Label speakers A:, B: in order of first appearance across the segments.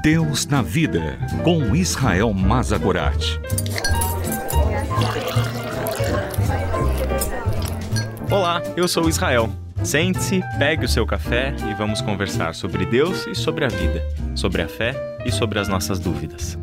A: Deus na Vida, com Israel Mazagorat.
B: Olá, eu sou o Israel. Sente-se, pegue o seu café e vamos conversar sobre Deus e sobre a vida, sobre a fé e sobre as nossas dúvidas.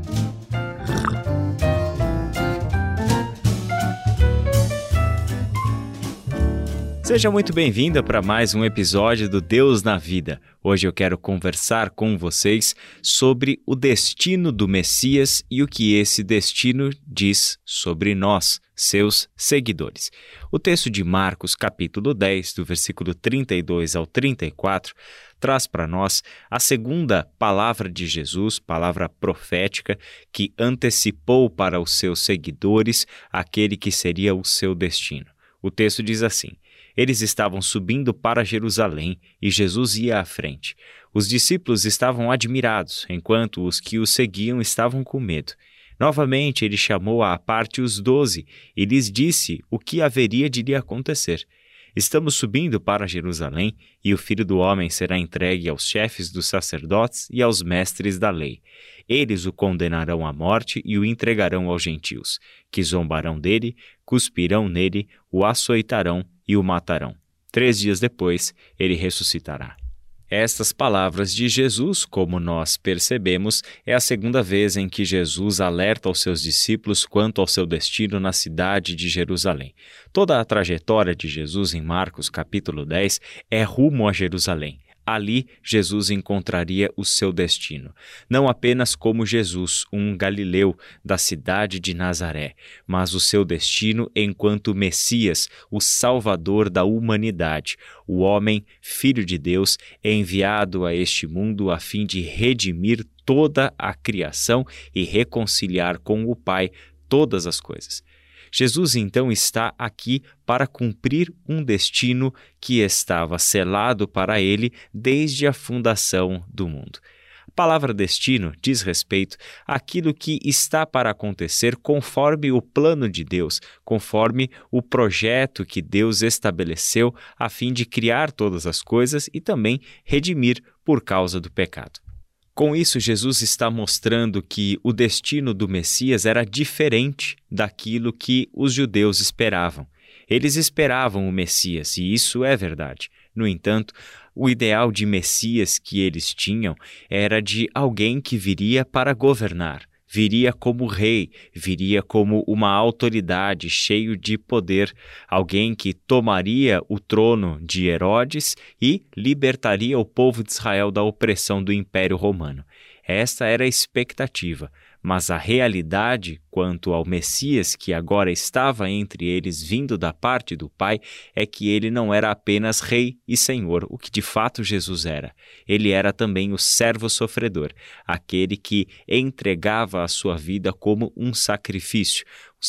B: Seja muito bem-vinda para mais um episódio do Deus na Vida. Hoje eu quero conversar com vocês sobre o destino do Messias e o que esse destino diz sobre nós, seus seguidores. O texto de Marcos, capítulo 10, do versículo 32 ao 34, traz para nós a segunda palavra de Jesus, palavra profética, que antecipou para os seus seguidores aquele que seria o seu destino. O texto diz assim: eles estavam subindo para Jerusalém e Jesus ia à frente. Os discípulos estavam admirados, enquanto os que o seguiam estavam com medo. Novamente ele chamou à parte os 12 e lhes disse o que haveria de lhe acontecer. Estamos subindo para Jerusalém e o Filho do Homem será entregue aos chefes dos sacerdotes e aos mestres da lei. Eles o condenarão à morte e o entregarão aos gentios, que zombarão dele, cuspirão nele, o açoitarão e o matarão. 3 dias depois, ele ressuscitará. Estas palavras de Jesus, como nós percebemos, é a segunda vez em que Jesus alerta aos seus discípulos quanto ao seu destino na cidade de Jerusalém. Toda a trajetória de Jesus em Marcos, capítulo 10, é rumo a Jerusalém. Ali, Jesus encontraria o seu destino, não apenas como Jesus, um galileu da cidade de Nazaré, mas o seu destino enquanto Messias, o Salvador da humanidade, o homem, Filho de Deus, enviado a este mundo a fim de redimir toda a criação e reconciliar com o Pai todas as coisas. Jesus, então, está aqui para cumprir um destino que estava selado para ele desde a fundação do mundo. A palavra destino diz respeito àquilo que está para acontecer conforme o plano de Deus, conforme o projeto que Deus estabeleceu a fim de criar todas as coisas e também redimir por causa do pecado. Com isso, Jesus está mostrando que o destino do Messias era diferente daquilo que os judeus esperavam. Eles esperavam o Messias, e isso é verdade. No entanto, o ideal de Messias que eles tinham era de alguém que viria para governar, viria como rei, viria como uma autoridade cheio de poder, alguém que tomaria o trono de Herodes e libertaria o povo de Israel da opressão do Império Romano. Esta era a expectativa, mas a realidade quanto ao Messias que agora estava entre eles vindo da parte do Pai é que ele não era apenas rei e senhor, o que de fato Jesus era. Ele era também o servo sofredor, aquele que entregava a sua vida como um sacrifício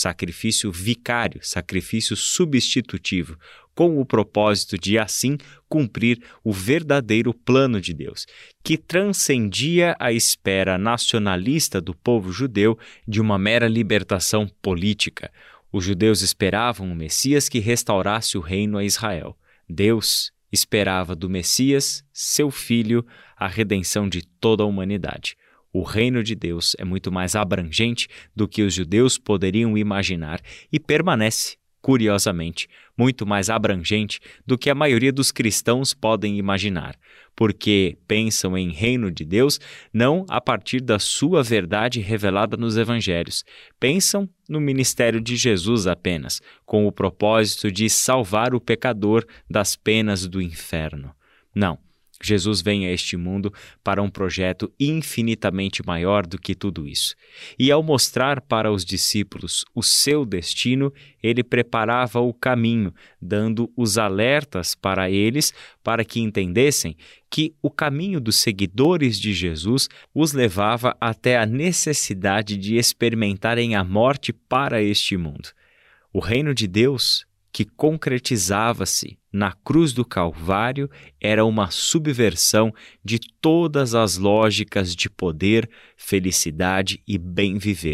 B: vicário, sacrifício substitutivo, com o propósito de, assim, cumprir o verdadeiro plano de Deus, que transcendia a espera nacionalista do povo judeu de uma mera libertação política. Os judeus esperavam um Messias que restaurasse o reino a Israel. Deus esperava do Messias, seu filho, a redenção de toda a humanidade. O reino de Deus é muito mais abrangente do que os judeus poderiam imaginar e permanece, curiosamente, muito mais abrangente do que a maioria dos cristãos podem imaginar, porque pensam em reino de Deus não a partir da sua verdade revelada nos evangelhos. Pensam no ministério de Jesus apenas, com o propósito de salvar o pecador das penas do inferno. Não. Jesus vem a este mundo para um projeto infinitamente maior do que tudo isso. E ao mostrar para os discípulos o seu destino, ele preparava o caminho, dando os alertas para eles, para que entendessem que o caminho dos seguidores de Jesus os levava até a necessidade de experimentarem a morte para este mundo. O reino de Deus, que concretizava-se na cruz do Calvário, era uma subversão de todas as lógicas de poder, felicidade e bem viver.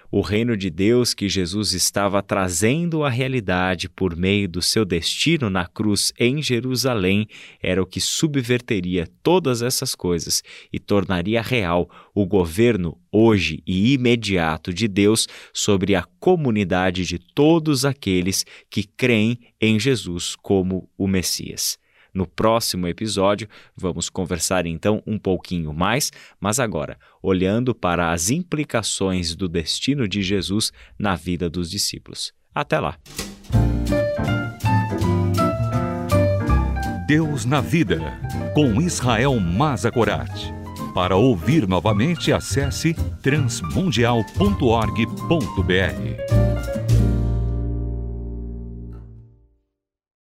B: O reino de Deus que Jesus estava trazendo à realidade por meio do seu destino na cruz em Jerusalém era o que subverteria todas essas coisas e tornaria real o governo hoje e imediato de Deus sobre a comunidade de todos aqueles que creem em Jesus como o Messias. No próximo episódio, vamos conversar então um pouquinho mais, mas agora olhando para as implicações do destino de Jesus na vida dos discípulos. Até lá!
A: Deus na Vida, com Israel Mazagorat. Para ouvir novamente, acesse transmundial.org.br.